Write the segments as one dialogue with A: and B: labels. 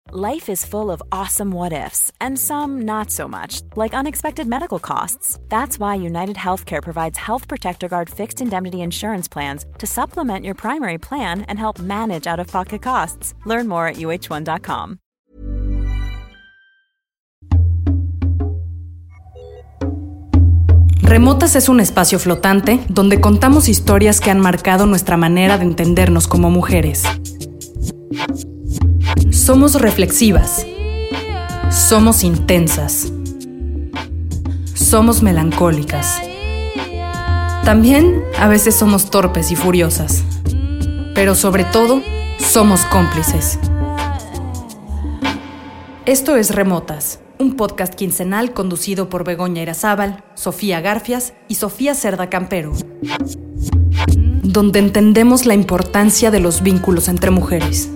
A: Life is full of awesome what-ifs, and some not so much, like unexpected medical costs. That's why United Healthcare provides Health Protector Guard fixed indemnity insurance plans to supplement your primary plan and help manage out-of-pocket costs. Learn more at uh1.com.
B: Remotas es un espacio flotante donde contamos historias que han marcado nuestra manera de entendernos como mujeres. Somos reflexivas. Somos intensas. Somos melancólicas. También a veces somos torpes y furiosas. Pero sobre todo, somos cómplices. Esto es Remotas, un podcast quincenal conducido por Begoña Irazábal, Sofía Garfias y Sofía Cerda Campero, donde entendemos la importancia de los vínculos entre mujeres.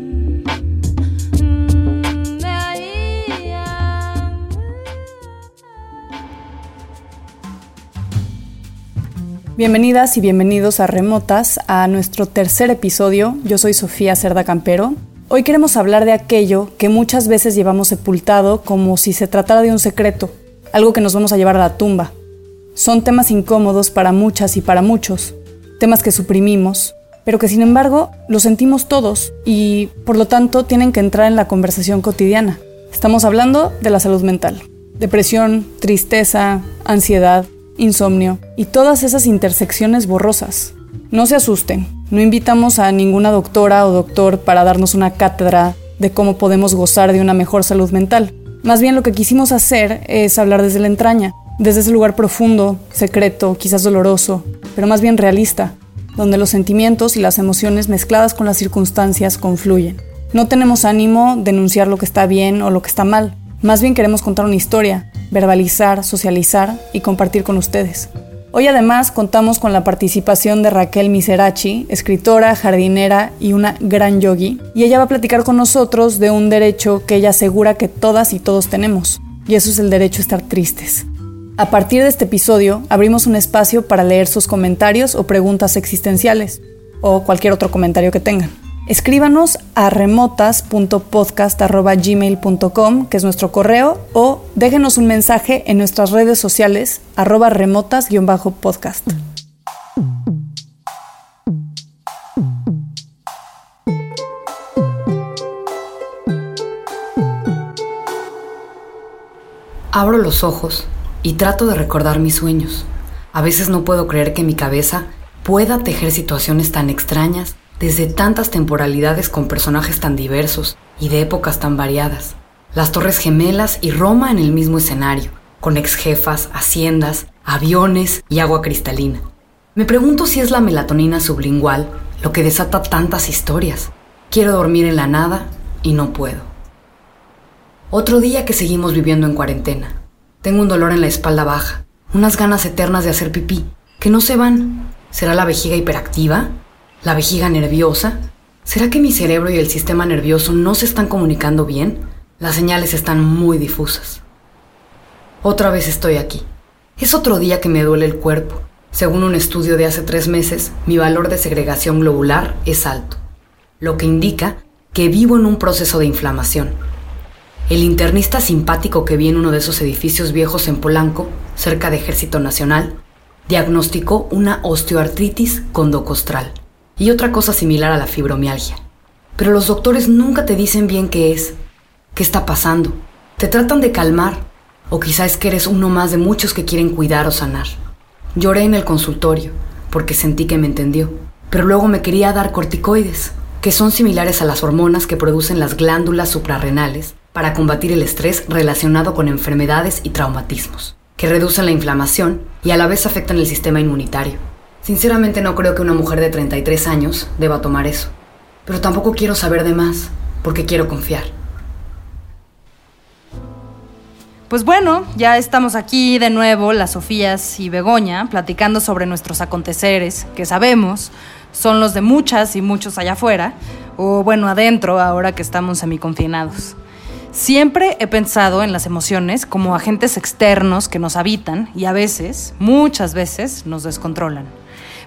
C: Bienvenidas y bienvenidos a Remotas, a nuestro tercer episodio. Yo soy Sofía Cerda Campero. Hoy queremos hablar de aquello que muchas veces llevamos sepultado como si se tratara de un secreto, algo que nos vamos a llevar a la tumba. Son temas incómodos para muchas y para muchos, temas que suprimimos, pero que sin embargo los sentimos todos y por lo tanto tienen que entrar en la conversación cotidiana. Estamos hablando de la salud mental, depresión, tristeza, ansiedad, insomnio y todas esas intersecciones borrosas. No se asusten, no invitamos a ninguna doctora o doctor para darnos una cátedra de cómo podemos gozar de una mejor salud mental. Más bien lo que quisimos hacer es hablar desde la entraña, desde ese lugar profundo, secreto, quizás doloroso, pero más bien realista, donde los sentimientos y las emociones mezcladas con las circunstancias confluyen. No tenemos ánimo de enunciar lo que está bien o lo que está mal, más bien queremos contar una historia, verbalizar, socializar y compartir con ustedes. Hoy además contamos con la participación de Raquel Miserachi, escritora, jardinera y una gran yogi, y ella va a platicar con nosotros de un derecho que ella asegura que todas y todos tenemos, y eso es el derecho a estar tristes. A partir de este episodio abrimos un espacio para leer sus comentarios o preguntas existenciales, o cualquier otro comentario que tengan. Escríbanos a remotas.podcast@gmail.com, que es nuestro correo, o déjenos un mensaje en nuestras redes sociales, @remotas_podcast.
B: Abro los ojos y trato de recordar mis sueños. A veces no puedo creer que mi cabeza pueda tejer situaciones tan extrañas desde tantas temporalidades con personajes tan diversos y de épocas tan variadas. Las Torres Gemelas y Roma en el mismo escenario, con exjefas, haciendas, aviones y agua cristalina. Me pregunto si es la melatonina sublingual lo que desata tantas historias. Quiero dormir en la nada y no puedo. Otro día que seguimos viviendo en cuarentena. Tengo un dolor en la espalda baja, unas ganas eternas de hacer pipí, que no se van. ¿Será la vejiga hiperactiva? ¿La vejiga nerviosa? ¿Será que mi cerebro y el sistema nervioso no se están comunicando bien? Las señales están muy difusas. Otra vez estoy aquí. Es otro día que me duele el cuerpo. Según un estudio de hace 3 meses, mi valor de segregación globular es alto, lo que indica que vivo en un proceso de inflamación. El internista simpático que vi en uno de esos edificios viejos en Polanco, cerca de Ejército Nacional, diagnosticó una osteoartritis condocostral y otra cosa similar a la fibromialgia. Pero los doctores nunca te dicen bien qué es, qué está pasando. Te tratan de calmar, o quizá es que eres uno más de muchos que quieren cuidar o sanar. Lloré en el consultorio, porque sentí que me entendió, pero luego me quería dar corticoides, que son similares a las hormonas que producen las glándulas suprarrenales para combatir el estrés relacionado con enfermedades y traumatismos, que reducen la inflamación y a la vez afectan el sistema inmunitario. Sinceramente no creo que una mujer de 33 años deba tomar eso, pero tampoco quiero saber de más, porque quiero confiar.
D: Pues bueno, ya estamos aquí de nuevo, las Sofías y Begoña, platicando sobre nuestros aconteceres, que sabemos son los de muchas y muchos allá afuera, o bueno, adentro, ahora que estamos semiconfinados. Siempre he pensado en las emociones como agentes externos que nos habitan y a veces, muchas veces, nos descontrolan.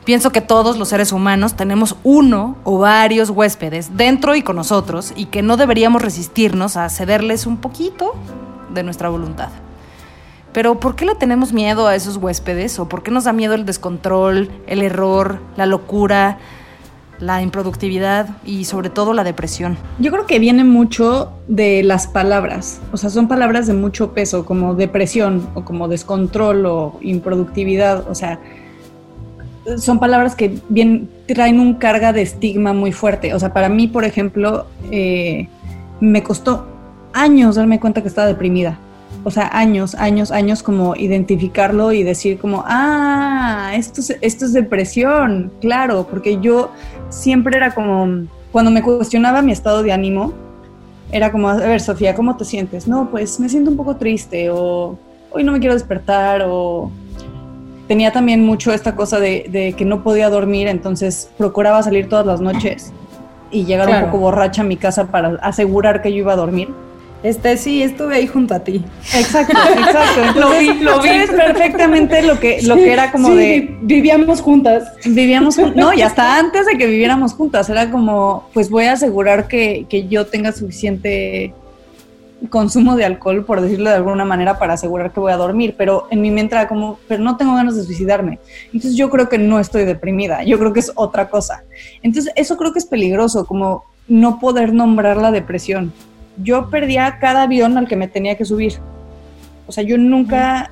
D: Pienso que todos los seres humanos tenemos uno o varios huéspedes dentro y con nosotros y que no deberíamos resistirnos a cederles un poquito de nuestra voluntad. Pero ¿por qué le tenemos miedo a esos huéspedes? ¿O por qué nos da miedo el descontrol, el error, la locura, la improductividad y sobre todo la depresión?
C: Yo creo que viene mucho de las palabras. O sea, son palabras de mucho peso, como depresión o como descontrol o improductividad. O sea, son palabras que bien traen un carga de estigma muy fuerte. O sea, para mí, por ejemplo, me costó años darme cuenta que estaba deprimida. O sea, años como identificarlo y decir como, esto es depresión, claro, porque yo siempre era como, cuando me cuestionaba mi estado de ánimo, era como, a ver, Sofía, ¿cómo te sientes? No, pues me siento un poco triste, o hoy no me quiero despertar, o tenía también mucho esta cosa de que no podía dormir, entonces procuraba salir todas las noches y llegar un poco borracha a mi casa para asegurar que yo iba a dormir.
D: Sí, estuve ahí junto a ti.
C: Exacto. Entonces, lo vi. Sabes perfectamente lo que era como de...
E: Vivíamos juntas.
C: No, y hasta antes de que viviéramos juntas. Era como, pues voy a asegurar que yo tenga suficiente consumo de alcohol, por decirlo de alguna manera, para asegurar que voy a dormir. Pero en mi mente era como, pero no tengo ganas de suicidarme. Entonces yo creo que no estoy deprimida. Yo creo que es otra cosa. Entonces eso creo que es peligroso, como no poder nombrar la depresión. Yo perdía cada avión al que me tenía que subir. O sea, yo nunca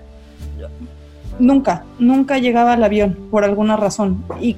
C: llegaba al avión por alguna razón. Y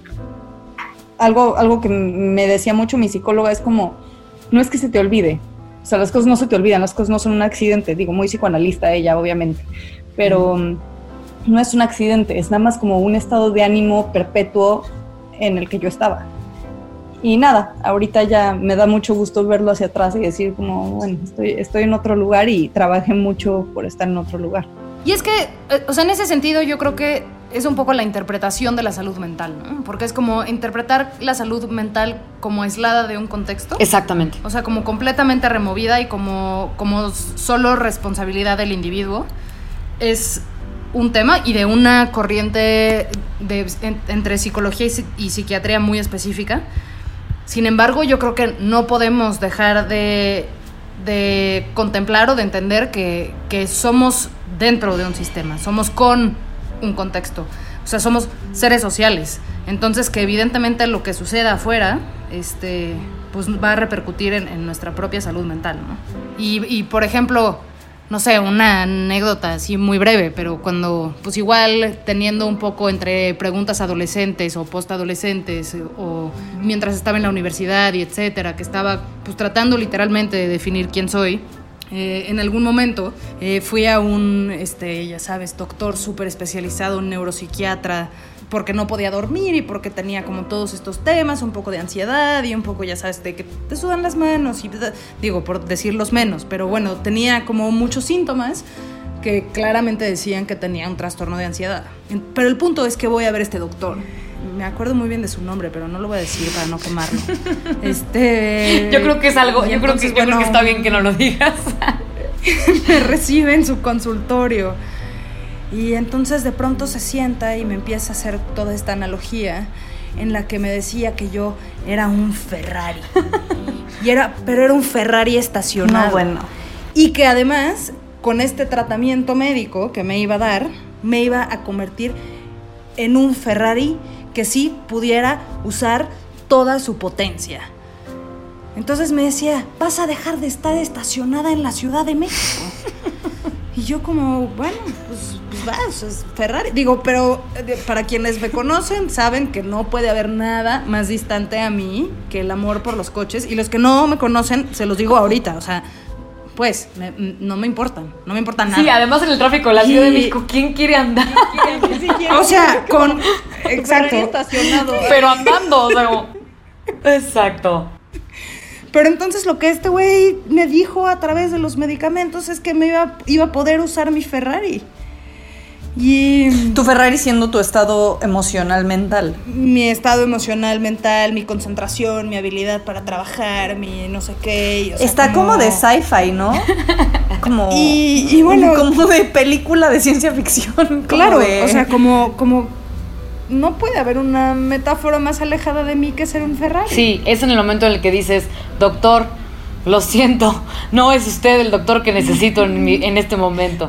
C: algo que me decía mucho mi psicóloga es como, no es que se te olvide. O sea, las cosas no se te olvidan, las cosas no son un accidente. Digo, muy psicoanalista ella, obviamente. Pero no es un accidente, es nada más como un estado de ánimo perpetuo en el que yo estaba. Y nada, ahorita ya me da mucho gusto verlo hacia atrás y decir como, bueno, estoy en otro lugar y trabajé mucho por estar en otro lugar.
D: Y es que, o sea, en ese sentido yo creo que es un poco la interpretación de la salud mental, ¿no? Porque es como interpretar la salud mental como aislada de un contexto.
B: Exactamente.
D: O sea, como completamente removida y como solo responsabilidad del individuo. Es un tema y de una corriente entre psicología y psiquiatría muy específica. Sin embargo, yo creo que no podemos dejar de contemplar o de entender que somos dentro de un sistema, somos con un contexto, o sea, somos seres sociales. Entonces, que evidentemente lo que suceda afuera, pues va a repercutir en nuestra propia salud mental, ¿no? Y por ejemplo, no sé, una anécdota así muy breve, pero cuando, pues igual teniendo un poco entre preguntas adolescentes o postadolescentes, o mientras estaba en la universidad y etcétera, que estaba pues tratando literalmente de definir quién soy, en algún momento fui a un, ya sabes, doctor súper especializado, un neuropsiquiatra, porque no podía dormir y porque tenía como todos estos temas, un poco de ansiedad y un poco, ya sabes, de que te sudan las manos y digo, por decirlos menos, pero bueno, tenía como muchos síntomas que claramente decían que tenía un trastorno de ansiedad. Pero el punto es que voy a ver a este doctor. Me acuerdo muy bien de su nombre, pero no lo voy a decir para no quemarlo.
B: Yo creo que es algo, yo creo que está bien que no lo digas.
D: Me recibe en su consultorio. Y entonces de pronto se sienta y me empieza a hacer toda esta analogía en la que me decía que yo era un Ferrari. Pero era un Ferrari estacionado.
C: No, bueno.
D: Y que además, con este tratamiento médico que me iba a dar, me iba a convertir en un Ferrari que sí pudiera usar toda su potencia. Entonces me decía, vas a dejar de estar estacionada en la Ciudad de México. Y yo como, bueno, pues vas, es Ferrari. Digo, pero para quienes me conocen saben que no puede haber nada más distante a mí que el amor por los coches. Y los que no me conocen, se los digo ahorita, o sea, pues, no me importan, no me importa nada.
B: Sí, además en el tráfico de la Ciudad de México, ¿quién quiere andar?
D: O sea, con... Exacto.
C: Estacionado.
B: Pero andando, o sea, exacto.
D: Pero entonces lo que este güey me dijo a través de los medicamentos es que me iba a poder usar mi Ferrari. Y
E: tu Ferrari siendo tu estado emocional mental.
D: Mi estado emocional mental, mi concentración, mi habilidad para trabajar, mi no sé qué. O sea,
E: está como de sci-fi, ¿no? Como
D: y bueno,
E: como de película de ciencia ficción.
D: Claro, o sea, como no puede haber una metáfora más alejada de mí que ser un Ferrari.
B: Sí, es en el momento en el que dices, doctor, lo siento, no es usted el doctor que necesito en este momento.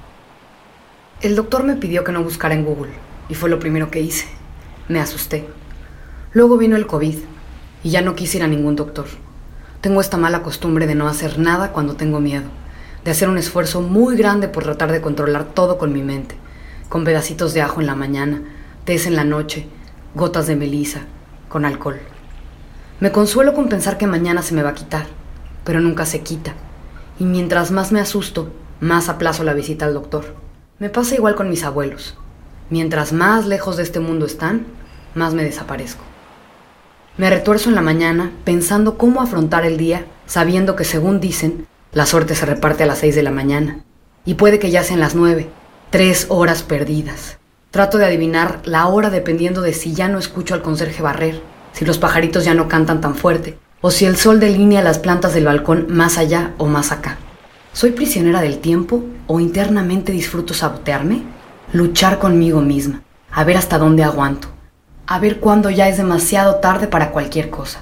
B: El doctor me pidió que no buscara en Google y fue lo primero que hice. Me asusté. Luego vino el COVID y ya no quise ir a ningún doctor. Tengo esta mala costumbre de no hacer nada cuando tengo miedo, de hacer un esfuerzo muy grande por tratar de controlar todo con mi mente, con pedacitos de ajo en la mañana, tés en la noche, gotas de melisa, con alcohol. Me consuelo con pensar que mañana se me va a quitar, pero nunca se quita. Y mientras más me asusto, más aplazo la visita al doctor. Me pasa igual con mis abuelos. Mientras más lejos de este mundo están, más me desaparezco. Me retuerzo en la mañana pensando cómo afrontar el día, sabiendo que según dicen, la suerte se reparte a las 6 de la mañana. Y puede que ya sean las 9, 3 horas perdidas. Trato de adivinar la hora dependiendo de si ya no escucho al conserje barrer, si los pajaritos ya no cantan tan fuerte, o si el sol delinea las plantas del balcón más allá o más acá. ¿Soy prisionera del tiempo o internamente disfruto sabotearme? Luchar conmigo misma, a ver hasta dónde aguanto, a ver cuándo ya es demasiado tarde para cualquier cosa.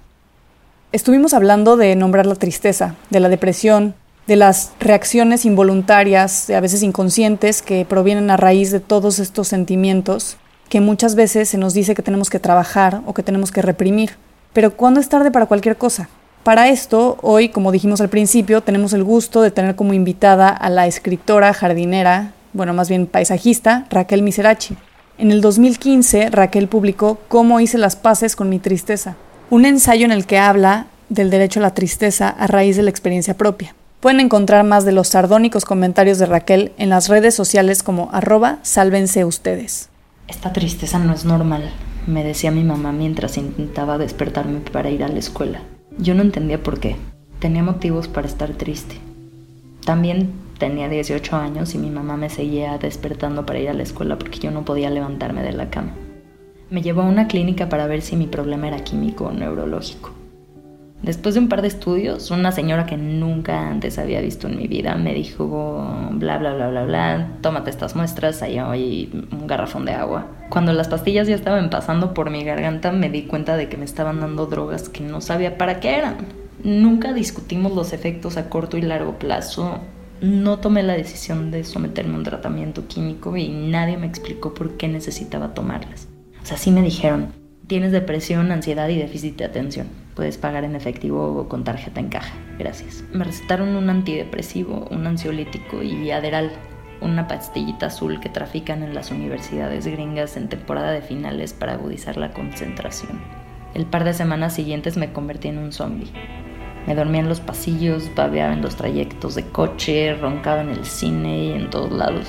C: Estuvimos hablando de nombrar la tristeza, de la depresión, de las reacciones involuntarias, a veces inconscientes, que provienen a raíz de todos estos sentimientos que muchas veces se nos dice que tenemos que trabajar o que tenemos que reprimir. Pero ¿cuándo es tarde para cualquier cosa? Para esto, hoy, como dijimos al principio, tenemos el gusto de tener como invitada a la escritora, jardinera, bueno, más bien paisajista, Raquel Miserachi. En el 2015, Raquel publicó Cómo hice las paces con mi tristeza, un ensayo en el que habla del derecho a la tristeza a raíz de la experiencia propia. Pueden encontrar más de los sardónicos comentarios de Raquel en las redes sociales como @sálvenseustedes.
F: Esta tristeza no es normal, me decía mi mamá mientras intentaba despertarme para ir a la escuela. Yo no entendía por qué. Tenía motivos para estar triste. También tenía 18 años y mi mamá me seguía despertando para ir a la escuela porque yo no podía levantarme de la cama. Me llevó a una clínica para ver si mi problema era químico o neurológico. Después de un par de estudios, una señora que nunca antes había visto en mi vida me dijo bla bla bla bla bla, tómate estas muestras, ahí hay un garrafón de agua. Cuando las pastillas ya estaban pasando por mi garganta me di cuenta de que me estaban dando drogas que no sabía para qué eran. Nunca discutimos los efectos a corto y largo plazo. No tomé la decisión de someterme a un tratamiento químico y nadie me explicó por qué necesitaba tomarlas. O sea, sí me dijeron, tienes depresión, ansiedad y déficit de atención. Puedes pagar en efectivo o con tarjeta en caja. Gracias. Me recetaron un antidepresivo, un ansiolítico y Adderall, una pastillita azul que trafican en las universidades gringas en temporada de finales para agudizar la concentración. El par de semanas siguientes me convertí en un zombie. Me dormía en los pasillos, babeaba en los trayectos de coche, roncaba en el cine y en todos lados.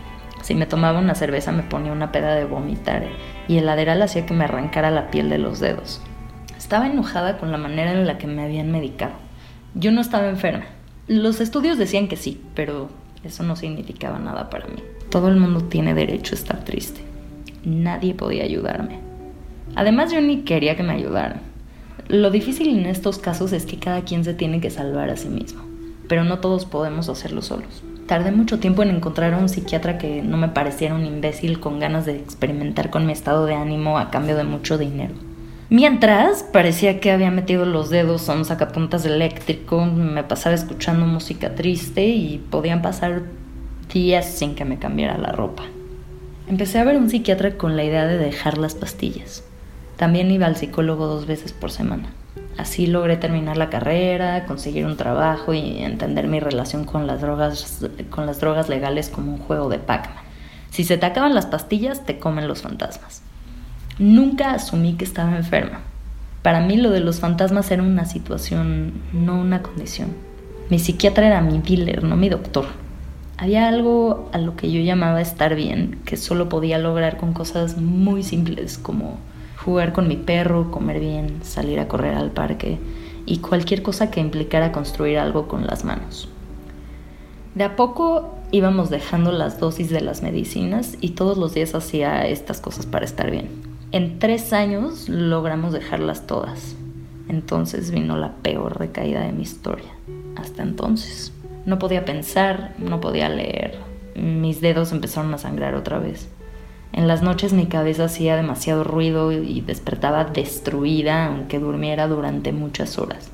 F: Si me tomaba una cerveza me ponía una peda de vomitar y el Adderall hacía que me arrancara la piel de los dedos. Estaba enojada con la manera en la que me habían medicado. Yo no estaba enferma. Los estudios decían que sí, pero eso no significaba nada para mí. Todo el mundo tiene derecho a estar triste. Nadie podía ayudarme. Además, yo ni quería que me ayudaran. Lo difícil en estos casos es que cada quien se tiene que salvar a sí mismo, pero no todos podemos hacerlo solos. Tardé mucho tiempo en encontrar a un psiquiatra que no me pareciera un imbécil con ganas de experimentar con mi estado de ánimo a cambio de mucho dinero. Mientras, parecía que había metido los dedos a un sacapuntas eléctrico, me pasaba escuchando música triste y podían pasar días sin que me cambiara la ropa. Empecé a ver a un psiquiatra con la idea de dejar las pastillas. También iba al psicólogo 2 veces por semana. Así logré terminar la carrera, conseguir un trabajo y entender mi relación con las drogas legales como un juego de Pac-Man. Si se te acaban las pastillas, te comen los fantasmas. Nunca asumí que estaba enferma. Para mí lo de los fantasmas era una situación, no una condición. Mi psiquiatra era mi dealer, no mi doctor. Había algo a lo que yo llamaba estar bien, que solo podía lograr con cosas muy simples como jugar con mi perro, comer bien, salir a correr al parque y cualquier cosa que implicara construir algo con las manos. De a poco íbamos dejando las dosis de las medicinas y todos los días hacía estas cosas para estar bien. En 3 años logramos dejarlas todas. Entonces vino la peor recaída de mi historia. Hasta entonces. No podía pensar, no podía leer. Mis dedos empezaron a sangrar otra vez. En las noches mi cabeza hacía demasiado ruido y despertaba destruida, aunque durmiera durante muchas horas.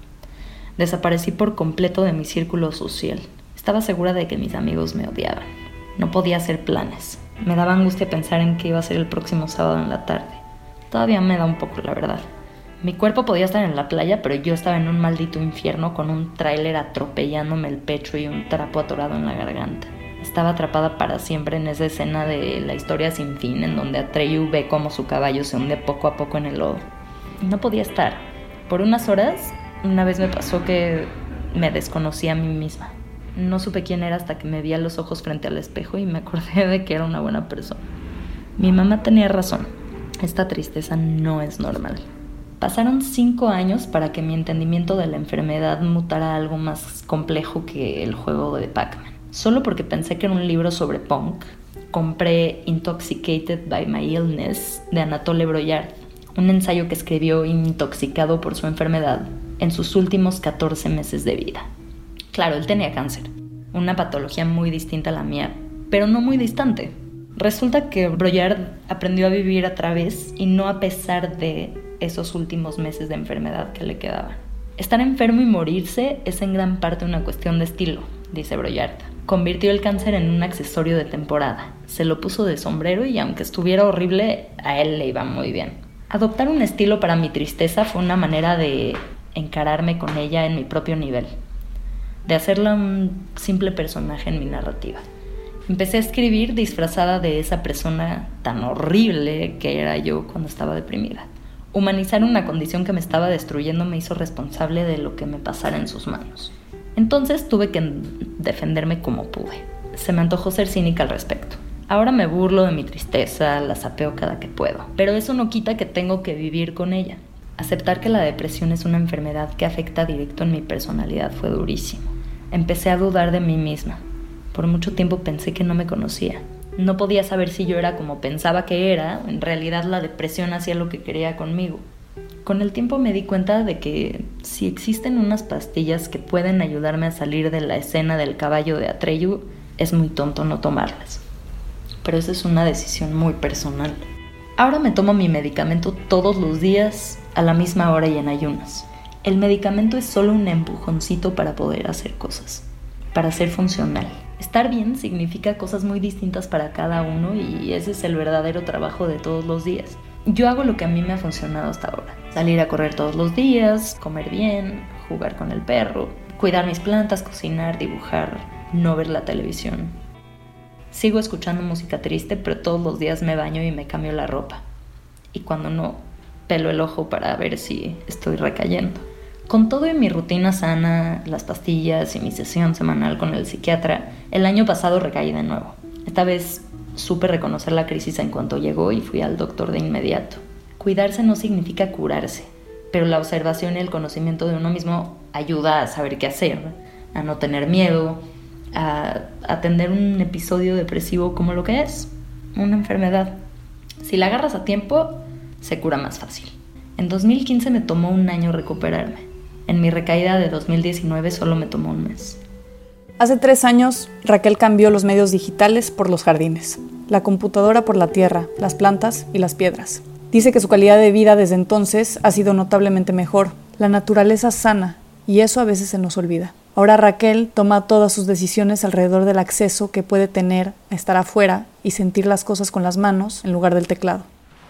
F: Desaparecí por completo de mi círculo social. Estaba segura de que mis amigos me odiaban. No podía hacer planes. Me daba angustia pensar en qué iba a ser el próximo sábado en la tarde. Todavía me da un poco, la verdad. Mi cuerpo podía estar en la playa, pero yo estaba en un maldito infierno con un tráiler atropellándome el pecho y un trapo atorado en la garganta. Estaba atrapada para siempre en esa escena de La historia sin fin, en donde Atreyu ve cómo su caballo se hunde poco a poco en el lodo. Y no podía estar. Por unas horas, una vez me pasó que me desconocí a mí misma. No supe quién era hasta que me vi a los ojos frente al espejo y me acordé de que era una buena persona. Mi mamá tenía razón. Esta tristeza no es normal. Pasaron 5 años para que mi entendimiento de la enfermedad mutara a algo más complejo que el juego de Pac-Man. Solo porque pensé que era un libro sobre punk, compré Intoxicated by My Illness de Anatole Broyard, un ensayo que escribió intoxicado por su enfermedad en sus últimos 14 meses de vida. Claro, él tenía cáncer, una patología muy distinta a la mía, pero no muy distante. Resulta que Broyard aprendió a vivir a través y no a pesar de esos últimos meses de enfermedad que le quedaban. Estar enfermo y morirse es en gran parte una cuestión de estilo, dice Broyard. Convirtió el cáncer en un accesorio de temporada. Se lo puso de sombrero y aunque estuviera horrible, a él le iba muy bien. Adoptar un estilo para mi tristeza fue una manera de encararme con ella en mi propio nivel, de hacerla un simple personaje en mi narrativa. Empecé a escribir disfrazada de esa persona tan horrible que era yo cuando estaba deprimida. Humanizar una condición que me estaba destruyendo me hizo responsable de lo que me pasara en sus manos. Entonces tuve que defenderme como pude. Se me antojó ser cínica al respecto. Ahora me burlo de mi tristeza, la sapeo cada que puedo, pero eso no quita que tengo que vivir con ella. Aceptar que la depresión es una enfermedad que afecta directo en mi personalidad fue durísimo. Empecé a dudar de mí misma. Por mucho tiempo pensé que no me conocía. No podía saber si yo era como pensaba que era, o en realidad la depresión hacía lo que quería conmigo. Con el tiempo me di cuenta de que si existen unas pastillas que pueden ayudarme a salir de la escena del caballo de Atreyu, es muy tonto no tomarlas. Pero esa es una decisión muy personal. Ahora me tomo mi medicamento todos los días, a la misma hora y en ayunas. El medicamento es solo un empujoncito para poder hacer cosas, para ser funcional. Estar bien significa cosas muy distintas para cada uno y ese es el verdadero trabajo de todos los días. Yo hago lo que a mí me ha funcionado hasta ahora. Salir a correr todos los días, comer bien, jugar con el perro, cuidar mis plantas, cocinar, dibujar, no ver la televisión. Sigo escuchando música triste, pero todos los días me baño y me cambio la ropa. Y cuando no, pelo el ojo para ver si estoy recayendo. Con todo y mi rutina sana, las pastillas y mi sesión semanal con el psiquiatra, el año pasado recaí de nuevo. Esta vez supe reconocer la crisis en cuanto llegó y fui al doctor de inmediato. Cuidarse no significa curarse, pero la observación y el conocimiento de uno mismo ayuda a saber qué hacer, a no tener miedo, a atender un episodio depresivo como lo que es, una enfermedad. Si la agarras a tiempo, se cura más fácil. En 2015 me tomó 1 año recuperarme. En mi recaída de 2019 solo me tomó 1 mes.
C: Hace 3 años, Raquel cambió los medios digitales por los jardines, la computadora por la tierra, las plantas y las piedras. Dice que su calidad de vida desde entonces ha sido notablemente mejor. La naturaleza sana, y eso a veces se nos olvida. Ahora Raquel toma todas sus decisiones alrededor del acceso que puede tener a estar afuera y sentir las cosas con las manos en lugar del teclado.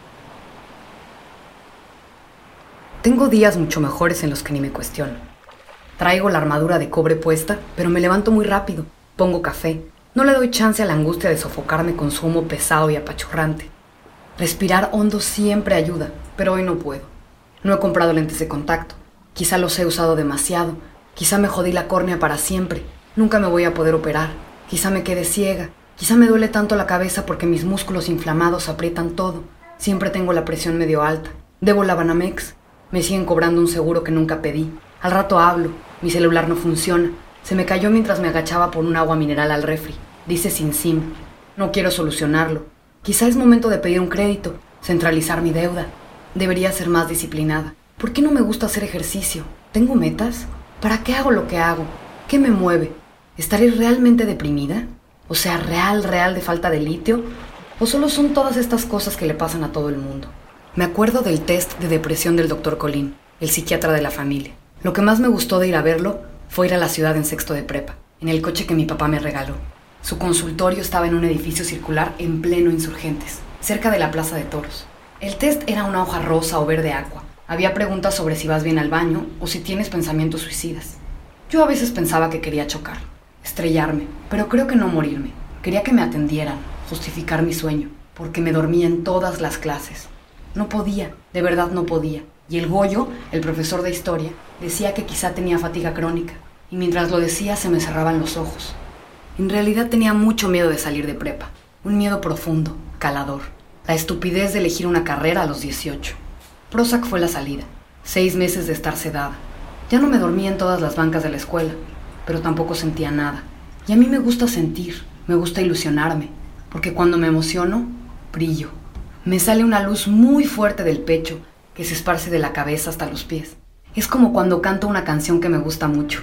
B: Tengo días mucho mejores en los que ni me cuestiono. Traigo la armadura de cobre puesta, pero me levanto muy rápido. Pongo café. No le doy chance a la angustia de sofocarme con su humo pesado y apachurrante. Respirar hondo siempre ayuda, pero hoy no puedo. No he comprado lentes de contacto. Quizá los he usado demasiado. Quizá me jodí la córnea para siempre. Nunca me voy a poder operar. Quizá me quede ciega. Quizá me duele tanto la cabeza porque mis músculos inflamados aprietan todo. Siempre tengo la presión medio alta. Debo la Banamex. Me siguen cobrando un seguro que nunca pedí. Al rato hablo. Mi celular no funciona. Se me cayó mientras me agachaba por un agua mineral al refri. Dice sin SIM. No quiero solucionarlo. Quizá es momento de pedir un crédito. Centralizar mi deuda. Debería ser más disciplinada. ¿Por qué no me gusta hacer ejercicio? ¿Tengo metas? ¿Para qué hago lo que hago? ¿Qué me mueve? ¿Estaré realmente deprimida? O sea, real de falta de litio. ¿O solo son todas estas cosas que le pasan a todo el mundo? Me acuerdo del test de depresión del Dr. Colín, el psiquiatra de la familia. Lo que más me gustó de ir a verlo fue ir a la ciudad en sexto de prepa, en el coche que mi papá me regaló. Su consultorio estaba en un edificio circular en pleno Insurgentes, cerca de la Plaza de Toros. El test era una hoja rosa o verde aqua. Había preguntas sobre si vas bien al baño o si tienes pensamientos suicidas. Yo a veces pensaba que quería chocar, estrellarme, pero creo que no morirme. Quería que me atendieran, justificar mi sueño, porque me dormía en todas las clases. No podía, de verdad no podía. Y el Goyo, el profesor de historia, decía que quizá tenía fatiga crónica, y mientras lo decía se me cerraban los ojos. En realidad tenía mucho miedo de salir de prepa, un miedo profundo, calador. La estupidez de elegir una carrera a los 18. Prozac fue la salida. 6 meses de estar sedada. Ya no me dormía en todas las bancas de la escuela, pero tampoco sentía nada. Y a mí me gusta sentir, me gusta ilusionarme, porque cuando me emociono, brillo. Me sale una luz muy fuerte del pecho que se esparce de la cabeza hasta los pies. Es como cuando canto una canción que me gusta mucho.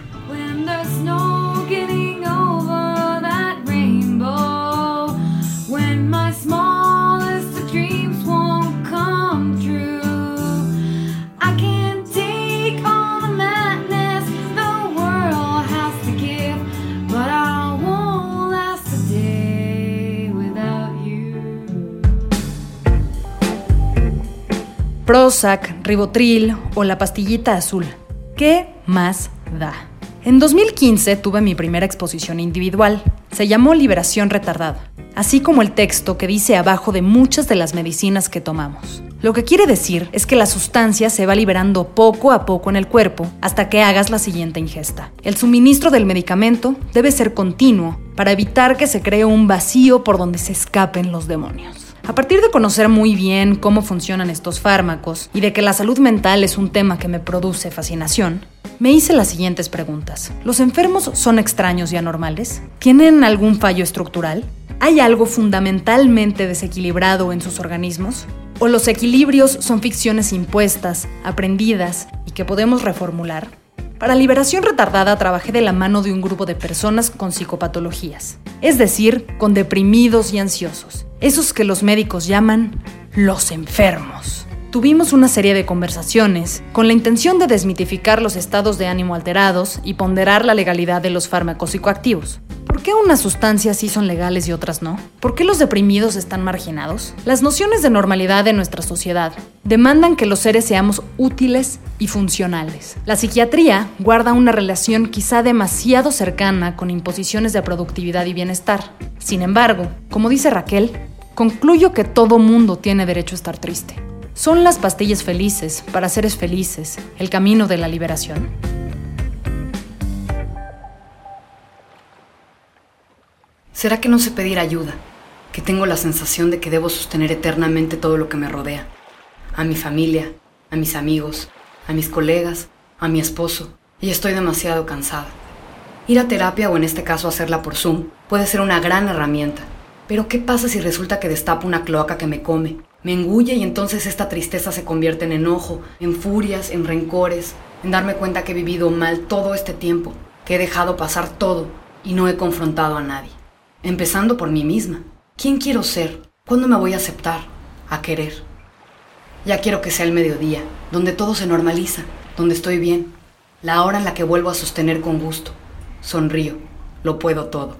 D: Prozac, Ribotril o la pastillita azul. ¿Qué más da? En 2015 tuve mi primera exposición individual. Se llamó Liberación Retardada, así como el texto que dice abajo de muchas de las medicinas que tomamos. Lo que quiere decir es que la sustancia se va liberando poco a poco en el cuerpo hasta que hagas la siguiente ingesta. El suministro del medicamento debe ser continuo para evitar que se cree un vacío por donde se escapen los demonios. A partir de conocer muy bien cómo funcionan estos fármacos y de que la salud mental es un tema que me produce fascinación, me hice las siguientes preguntas. ¿Los enfermos son extraños y anormales? ¿Tienen algún fallo estructural? ¿Hay algo fundamentalmente desequilibrado en sus organismos? ¿O los equilibrios son ficciones impuestas, aprendidas y que podemos reformular? Para Liberación Retardada trabajé de la mano de un grupo de personas con psicopatologías, es decir, con deprimidos y ansiosos, esos que los médicos llaman los enfermos. Tuvimos una serie de conversaciones con la intención de desmitificar los estados de ánimo alterados y ponderar la legalidad de los fármacos psicoactivos. ¿Por qué unas sustancias sí son legales y otras no? ¿Por qué los deprimidos están marginados? Las nociones de normalidad de nuestra sociedad demandan que los seres seamos útiles y funcionales. La psiquiatría guarda una relación quizá demasiado cercana con imposiciones de productividad y bienestar. Sin embargo, como dice Raquel, concluyo que todo mundo tiene derecho a estar triste. ¿Son las pastillas felices para seres felices el camino de la liberación?
B: ¿Será que no sé pedir ayuda? Que tengo la sensación de que debo sostener eternamente todo lo que me rodea. A mi familia, a mis amigos, a mis colegas, a mi esposo. Y estoy demasiado cansada. Ir a terapia o en este caso hacerla por Zoom puede ser una gran herramienta. Pero ¿qué pasa si resulta que destapo una cloaca que me come? Me engulle y entonces esta tristeza se convierte en enojo, en furias, en rencores, en darme cuenta que he vivido mal todo este tiempo, que he dejado pasar todo y no he confrontado a nadie. Empezando por mí misma. ¿Quién quiero ser? ¿Cuándo me voy a aceptar? A querer. Ya quiero que sea el mediodía, donde todo se normaliza, donde estoy bien. La hora en la que vuelvo a sostener con gusto. Sonrío. Lo puedo todo.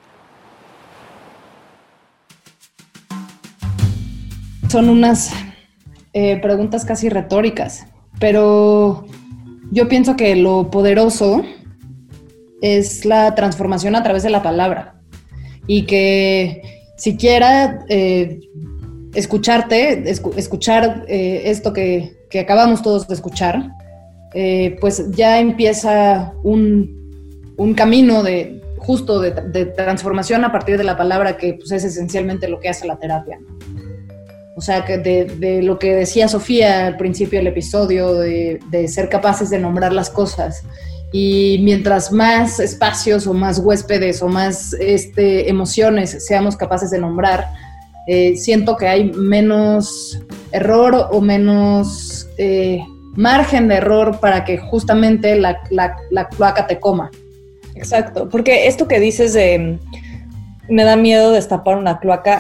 C: Son unas preguntas casi retóricas, pero yo pienso que lo poderoso es la transformación a través de la palabra. Y que siquiera escuchar esto que acabamos todos de escuchar, pues ya empieza un camino de transformación a partir de la palabra, que pues es esencialmente lo que hace la terapia. O sea, que de lo que decía Sofía al principio del episodio, de ser capaces de nombrar las cosas. Y mientras más espacios o más huéspedes o más emociones seamos capaces de nombrar, siento que hay menos error o menos margen de error para que justamente la cloaca te coma.
E: Exacto, porque esto que dices de me da miedo destapar una cloaca,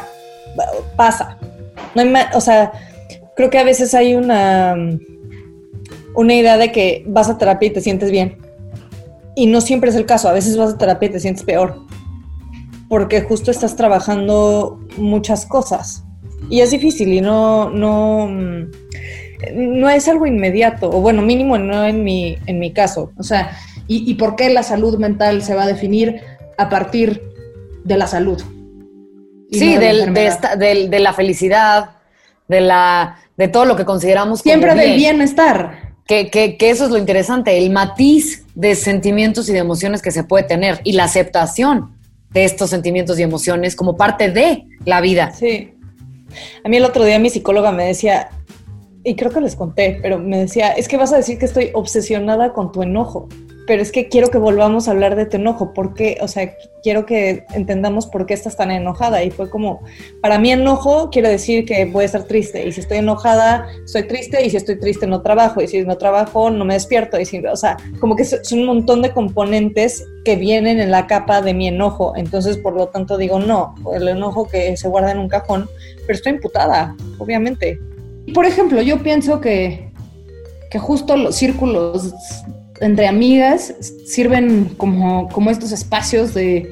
E: pasa. No hay o sea, creo que a veces hay una idea de que vas a terapia y te sientes bien. Y no siempre es el caso. A veces vas a terapia y te sientes peor. Porque justo estás trabajando muchas cosas. Y es difícil y no es algo inmediato. O bueno, mínimo no en mi caso.
D: O sea, ¿y por qué la salud mental se va a definir a partir de la salud?
B: Sí, de la felicidad, de todo lo que consideramos
D: siempre
B: como bien.
D: Del bienestar.
B: Que eso es lo interesante, el matiz de sentimientos y de emociones que se puede tener y la aceptación de estos sentimientos y emociones como parte de la vida.
E: Sí. A mí el otro día mi psicóloga me decía, y creo que les conté, pero me decía, es que vas a decir que estoy obsesionada con tu enojo, pero es que quiero que volvamos a hablar de tu enojo, porque, o sea, quiero que entendamos por qué estás tan enojada. Y fue como, para mí enojo quiere decir que voy a estar triste, y si estoy enojada, estoy triste, y si estoy triste no trabajo, y si no trabajo no me despierto, y si, o sea, como que son un montón de componentes que vienen en la capa de mi enojo. Entonces, por lo tanto, digo, no, el enojo que se guarda en un cajón, pero estoy imputada, obviamente.
D: Por ejemplo, yo pienso que justo los círculos entre amigas sirven como estos espacios de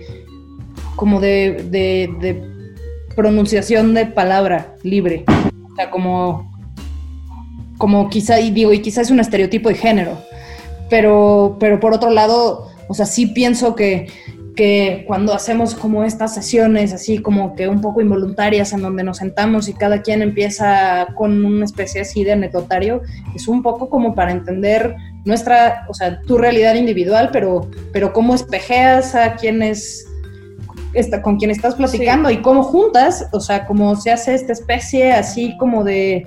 D: pronunciación de palabra libre. O sea, como quizá, y quizá es un estereotipo de género, pero por otro lado, o sea, sí pienso que cuando hacemos como estas sesiones así como que un poco involuntarias en donde nos sentamos y cada quien empieza con una especie así de anecdotario, es un poco como para entender nuestra, o sea, tu realidad individual, pero cómo espejeas a con quien estás platicando, sí. Y cómo juntas, o sea, cómo se hace esta especie así como de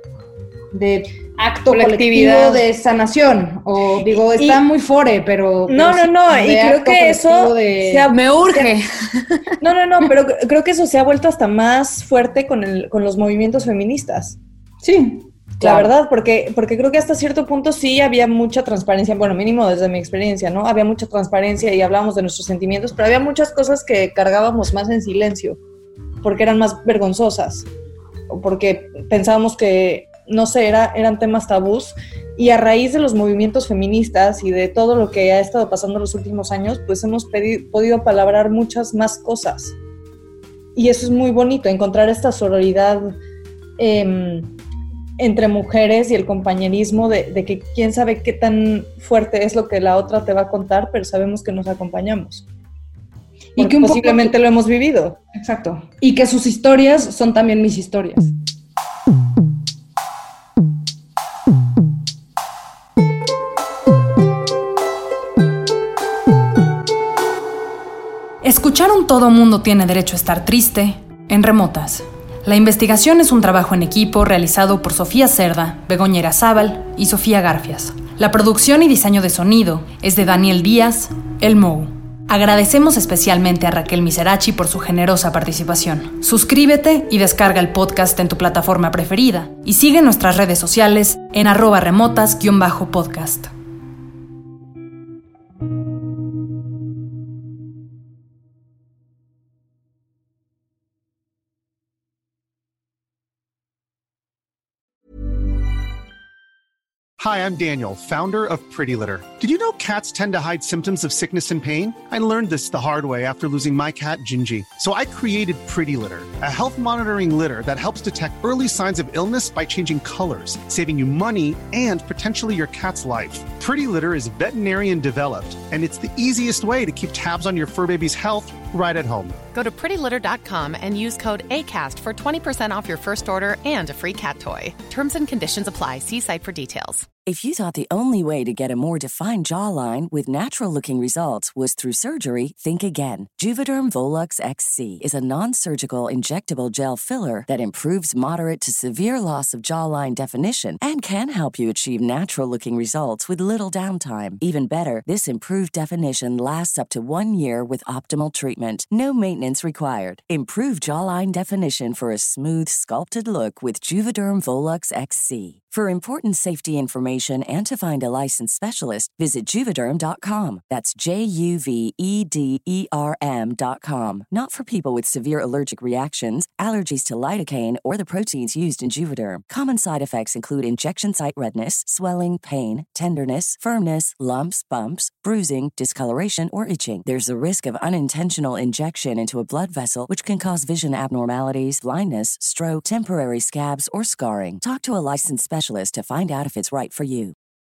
D: acto colectivo de sanación, o digo, está muy fore, pero...
E: No, y creo que eso
B: me urge.
E: Pero creo que eso se ha vuelto hasta más fuerte con los movimientos feministas.
D: Sí,
E: claro. La verdad, porque creo que hasta cierto punto sí había mucha transparencia, bueno, mínimo desde mi experiencia, ¿no? Había mucha transparencia y hablábamos de nuestros sentimientos, pero había muchas cosas que cargábamos más en silencio, porque eran más vergonzosas, o porque pensábamos que no sé, eran temas tabús, y a raíz de los movimientos feministas y de todo lo que ha estado pasando en los últimos años, pues hemos podido palabrar muchas más cosas. Y eso es muy bonito, encontrar esta sororidad entre mujeres y el compañerismo de que quién sabe qué tan fuerte es lo que la otra te va a contar, pero sabemos que nos acompañamos. Y que posiblemente lo hemos vivido.
D: Exacto. Y que sus historias son también mis historias.
G: ¿Escucharon Todo Mundo Tiene Derecho a Estar Triste? En Remotas. La investigación es un trabajo en equipo realizado por Sofía Cerda, Begoña Irazábal y Sofía Garfias. La producción y diseño de sonido es de Daniel Díaz, El Mou. Agradecemos especialmente a Raquel Miserachi por su generosa participación. Suscríbete y descarga el podcast en tu plataforma preferida y sigue nuestras redes sociales en @remotas_podcast.
H: Hi, I'm Daniel, founder of Pretty Litter. Did you know cats tend to hide symptoms of sickness and pain? I learned this the hard way after losing my cat, Gingy. So I created Pretty Litter, a health monitoring litter that helps detect early signs of illness by changing colors, saving you money and potentially your cat's life. Pretty Litter is veterinarian developed, and it's the easiest way to keep tabs on your fur baby's health right at home.
I: Go to prettylitter.com and use code ACAST for 20% off your first order and a free cat toy. Terms and conditions apply. See site for details.
J: If you thought the only way to get a more defined jawline with natural-looking results was through surgery, think again. Juvederm Volux XC is a non-surgical injectable gel filler that improves moderate to severe loss of jawline definition and can help you achieve natural-looking results with little downtime. Even better, this improved definition lasts up to 1 year with optimal treatment. No maintenance required. Improve jawline definition for a smooth, sculpted look with Juvederm Volux XC. For important safety information and to find a licensed specialist, visit Juvederm.com. That's JUVEDERM.com. Not for people with severe allergic reactions, allergies to lidocaine, or the proteins used in Juvederm. Common side effects include injection site redness, swelling, pain, tenderness, firmness, lumps, bumps, bruising, discoloration, or itching. There's a risk of unintentional injection into a blood vessel, which can cause vision abnormalities, blindness, stroke, temporary scabs, or scarring. Talk to a licensed specialist to find out if it's right for you.